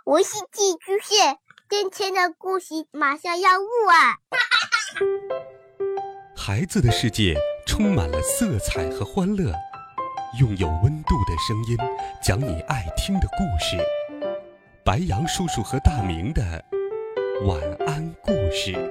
我是寄居蟹，今天的故事马上要录啊！ 孩子的世界充满了色彩和欢乐，用有温度的声音讲你爱听的故事。白杨叔叔和大明的晚安故事。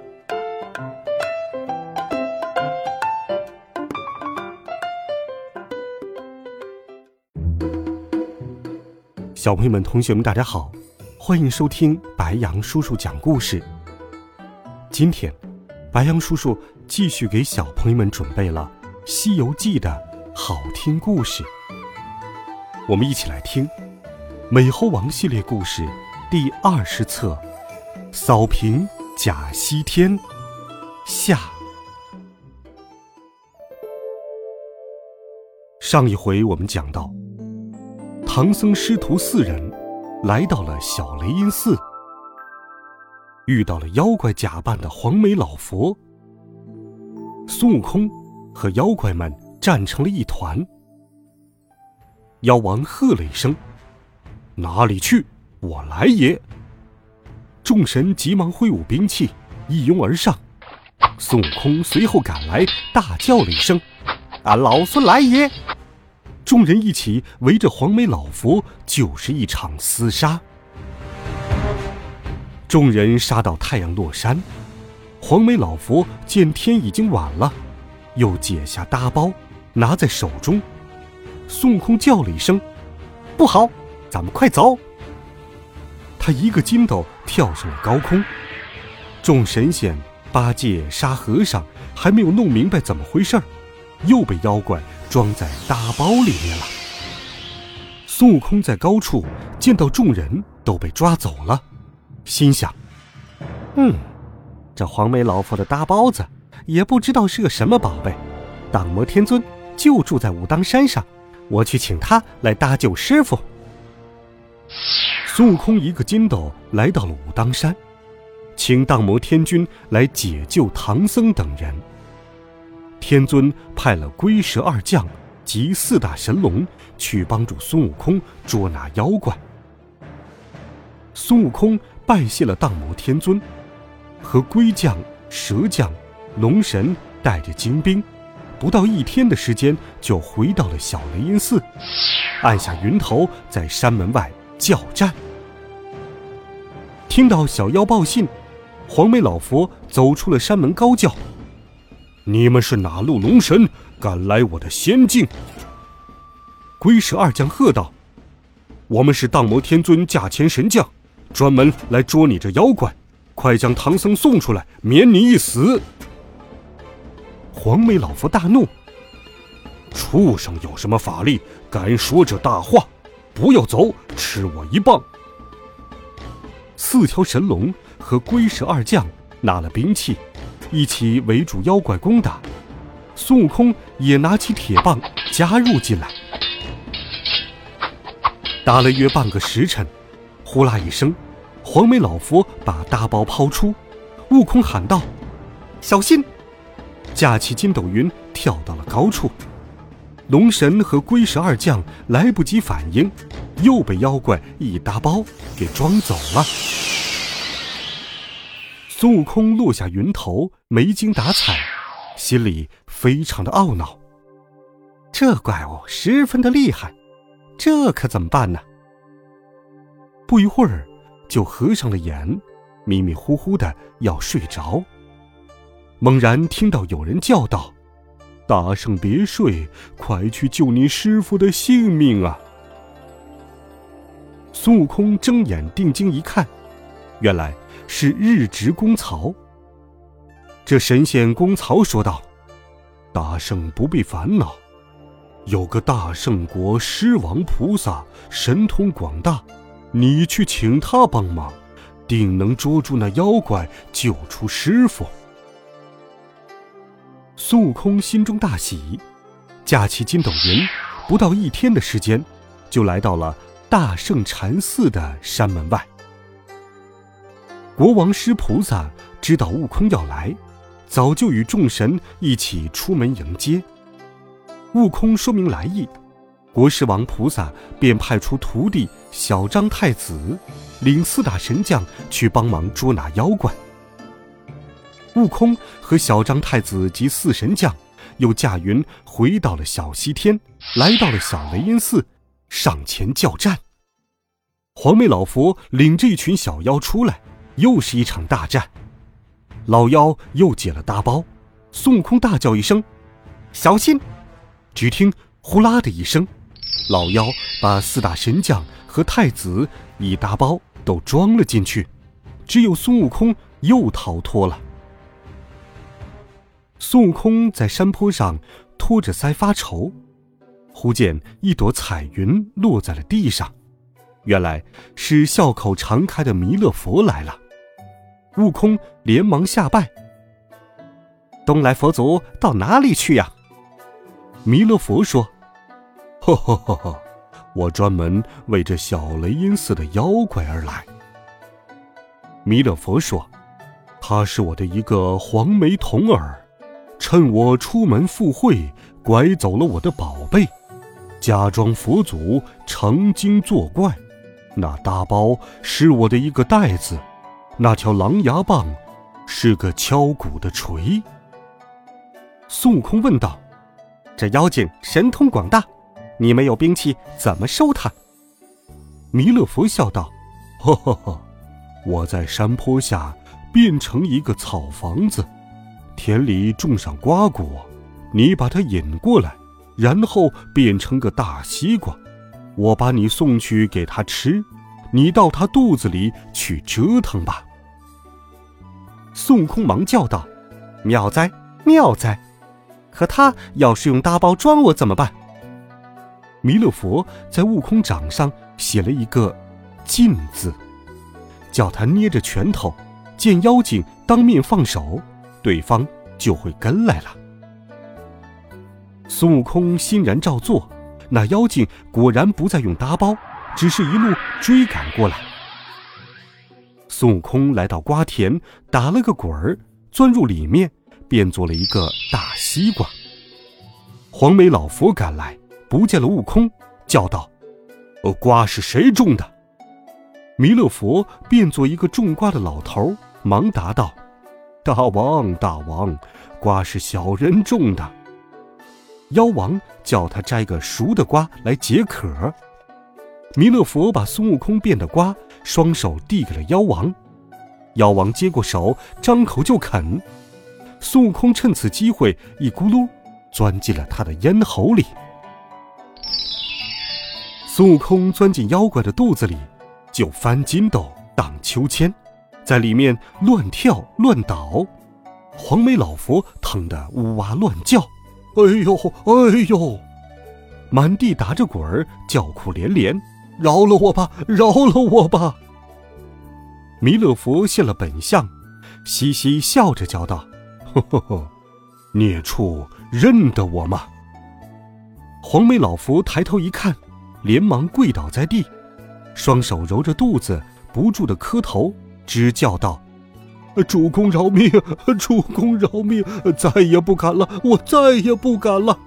小朋友们、同学们，大家好，欢迎收听白杨叔叔讲故事。今天，白杨叔叔继续给小朋友们准备了《西游记》的好听故事。我们一起来听《美猴王》系列故事第20册《扫平假西天》下。上一回我们讲到，唐僧师徒4人来到了小雷音寺，遇到了妖怪假扮的黄眉老佛。孙悟空和妖怪们站成了一团。妖王喝了一声：“哪里去？我来也！”众神急忙挥舞兵器，一拥而上。孙悟空随后赶来，大叫了一声：“老孙来也！”众人一起围着黄眉老佛，就是一场厮杀。众人杀到太阳落山，黄眉老佛见天已经晚了，又解下搭包拿在手中。孙悟空叫了一声：“不好，咱们快走！”他一个筋斗跳上了高空。众神仙、八戒、沙和尚还没有弄明白怎么回事，又被妖怪装在搭包里面了。孙悟空在高处见到众人都被抓走了，心想：这黄眉老佛的搭包子也不知道是个什么宝贝，荡魔天尊就住在武当山上，我去请他来搭救师傅。孙悟空一个筋斗来到了武当山，请荡魔天君来解救唐僧等人。天尊派了龟蛇2将及4大神龙去帮助孙悟空捉拿妖怪。孙悟空拜谢了荡魔天尊，和龟将、蛇将、龙神带着精兵，不到1天的时间就回到了小雷音寺，按下云头，在山门外叫战。听到小妖报信，黄眉老佛走出了山门，高叫：“你们是哪路龙神，敢来我的仙境？”龟蛇2将喝道：“我们是荡魔天尊驾前神将，专门来捉你这妖怪，快将唐僧送出来，免你一死！”黄眉老佛大怒：“畜生有什么法力，敢说这大话？不要走，吃我一棒！”4条神龙和龟蛇2将拿了兵器，一起围住妖怪攻打。孙悟空也拿起铁棒加入进来。打了约半个时辰，呼啦一声，黄眉老佛把搭包抛出。悟空喊道：“小心！”架起筋斗云跳到了高处。龙神和龟蛇2将来不及反应，又被妖怪一搭包给装走了。孙悟空落下云头，没精打采，心里非常的懊恼。这怪物十分的厉害，这可怎么办呢？不一会儿就合上了眼，迷迷糊糊的要睡着。猛然听到有人叫道：“大圣别睡，快去救你师父的性命啊！”孙悟空睁眼定睛一看，原来是日值公曹。这神仙公曹说道：“大圣不必烦恼，有个大圣国狮王菩萨神通广大，你去请他帮忙，定能捉住那妖怪，救出师父。”孙悟空心中大喜，架起筋斗云，不到1天的时间，就来到了大圣禅寺的山门外。国王狮菩萨知道悟空要来，早就与众神一起出门迎接。悟空说明来意，国师王菩萨便派出徒弟小张太子领4大神将去帮忙捉拿妖怪。悟空和小张太子及4神将又驾云回到了小西天，来到了小雷音寺，上前叫战。黄眉老佛领着一群小妖出来，又是一场大战。老妖又解了搭包，孙悟空大叫一声：“小心！”只听呼啦的一声，老妖把4大神将和太子一搭包都装了进去，只有孙悟空又逃脱了。孙悟空在山坡上托着腮发愁，忽见一朵彩云落在了地上，原来是笑口常开的弥勒佛来了。悟空连忙下拜：“东来佛祖到哪里去呀？”弥勒佛说：“呵呵呵呵，我专门为这小雷音寺的妖怪而来。”弥勒佛说：“他是我的一个黄眉童儿，趁我出门赴会，拐走了我的宝贝，假装佛祖成精作怪。那搭包是我的一个袋子，那条狼牙棒是个敲鼓的锤。”孙悟空问道：“这妖精神通广大，你没有兵器怎么收他？”弥勒佛笑道：“呵呵呵，我在山坡下变成一个草房子，田里种上瓜果，你把它引过来，然后变成个大西瓜，我把你送去给他吃，你到他肚子里去折腾吧。”孙悟空忙叫道：“妙哉妙哉！可他要是用搭包装我怎么办？”弥勒佛在悟空掌上写了一个禁字，叫他捏着拳头，见妖精当面放手，对方就会跟来了。孙悟空欣然照做，那妖精果然不再用搭包，只是一路追赶过来。孙悟空来到瓜田，打了个滚儿，钻入里面，变做了一个大西瓜。黄眉老佛赶来，不见了悟空，叫道：“瓜是谁种的？”弥勒佛变作一个种瓜的老头，忙答道：“大王大王，瓜是小人种的。”妖王叫他摘个熟的瓜来解渴。弥勒佛把孙悟空变的瓜双手递给了妖王，妖王接过手，张口就啃。孙悟空趁此机会一咕噜钻进了他的咽喉里。孙悟空钻进妖怪的肚子里，就翻筋斗荡秋千，在里面乱跳乱倒。黄眉老佛疼得呜哇乱叫：“哎呦哎呦！”满地打着滚儿，叫苦连连：“饶了我吧，饶了我吧！”弥勒佛现了本相，嘻嘻笑着叫道：“呵呵呵，孽畜认得我吗？”黄眉老佛抬头一看，连忙跪倒在地，双手揉着肚子，不住地磕头，直叫道：“主公饶命，主公饶命，再也不敢了，我再也不敢了。”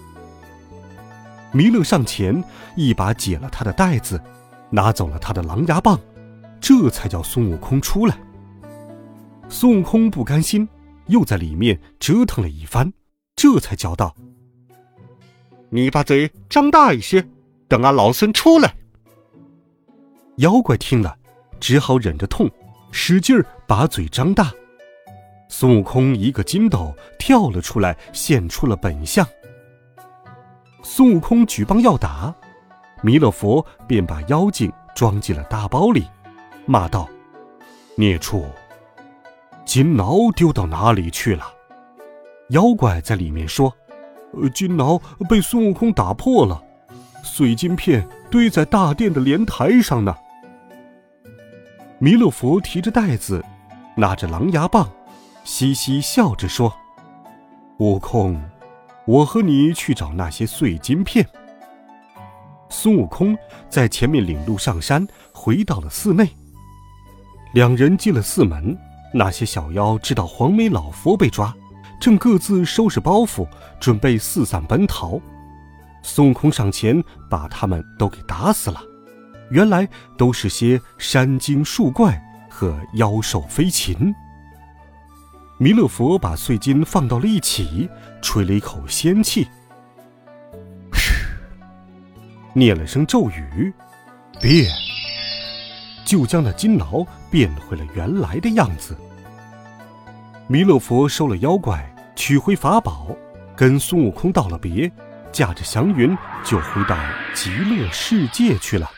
弥勒上前一把解了他的带子，拿走了他的狼牙棒，这才叫孙悟空出来。孙悟空不甘心，又在里面折腾了一番，这才叫道：“你把嘴张大一些，等俺老孙出来。”妖怪听了，只好忍着痛，使劲儿把嘴张大。孙悟空一个筋斗跳了出来，现出了本相。孙悟空举棒要打，弥勒佛便把妖精装进了大包里，骂道：“孽畜，金挠丢到哪里去了？”妖怪在里面说：“金挠被孙悟空打破了，碎金片堆在大殿的莲台上呢。”弥勒佛提着袋子，拿着狼牙棒，嘻嘻笑着说：“悟空，我和你去找那些碎金片。”孙悟空在前面领路上山，回到了寺内。两人进了寺门，那些小妖知道黄眉老佛被抓，正各自收拾包袱，准备四散奔逃。孙悟空上前把他们都给打死了。 原来都是些山精树怪和妖兽飞禽。弥勒佛把碎金放到了一起，吹了一口仙气，念了声咒语，变，就将那金牢变回了原来的样子。弥勒佛收了妖怪，取回法宝，跟孙悟空道了别，驾着祥云就回到极乐世界去了。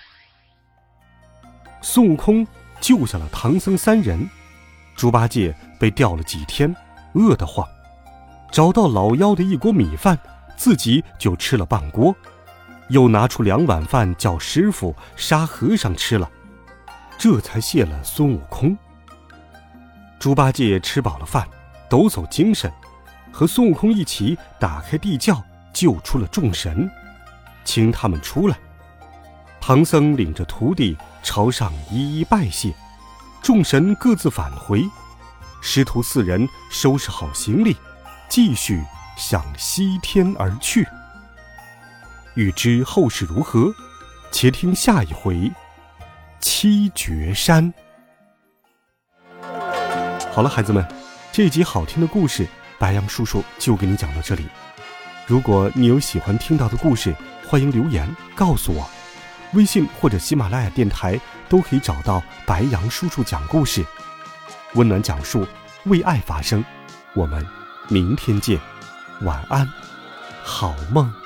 孙悟空救下了唐僧3人，猪八戒被吊了几天，饿得慌，找到老妖的一锅米饭，自己就吃了半锅，又拿出2碗饭叫师傅沙和尚吃了，这才谢了孙悟空。猪八戒吃饱了饭，抖擞精神，和孙悟空一起打开地窖，救出了众神，请他们出来。唐僧领着徒弟朝上一一拜谢，众神各自返回，师徒4人收拾好行李，继续向西天而去。欲知后事如何，且听下一回七绝山。好了，孩子们，这集好听的故事，白杨叔叔就给你讲到这里。如果你有喜欢听到的故事，欢迎留言告诉我。微信或者喜马拉雅电台都可以找到白杨叔叔讲故事，温暖讲述，为爱发声。我们明天见，晚安，好梦。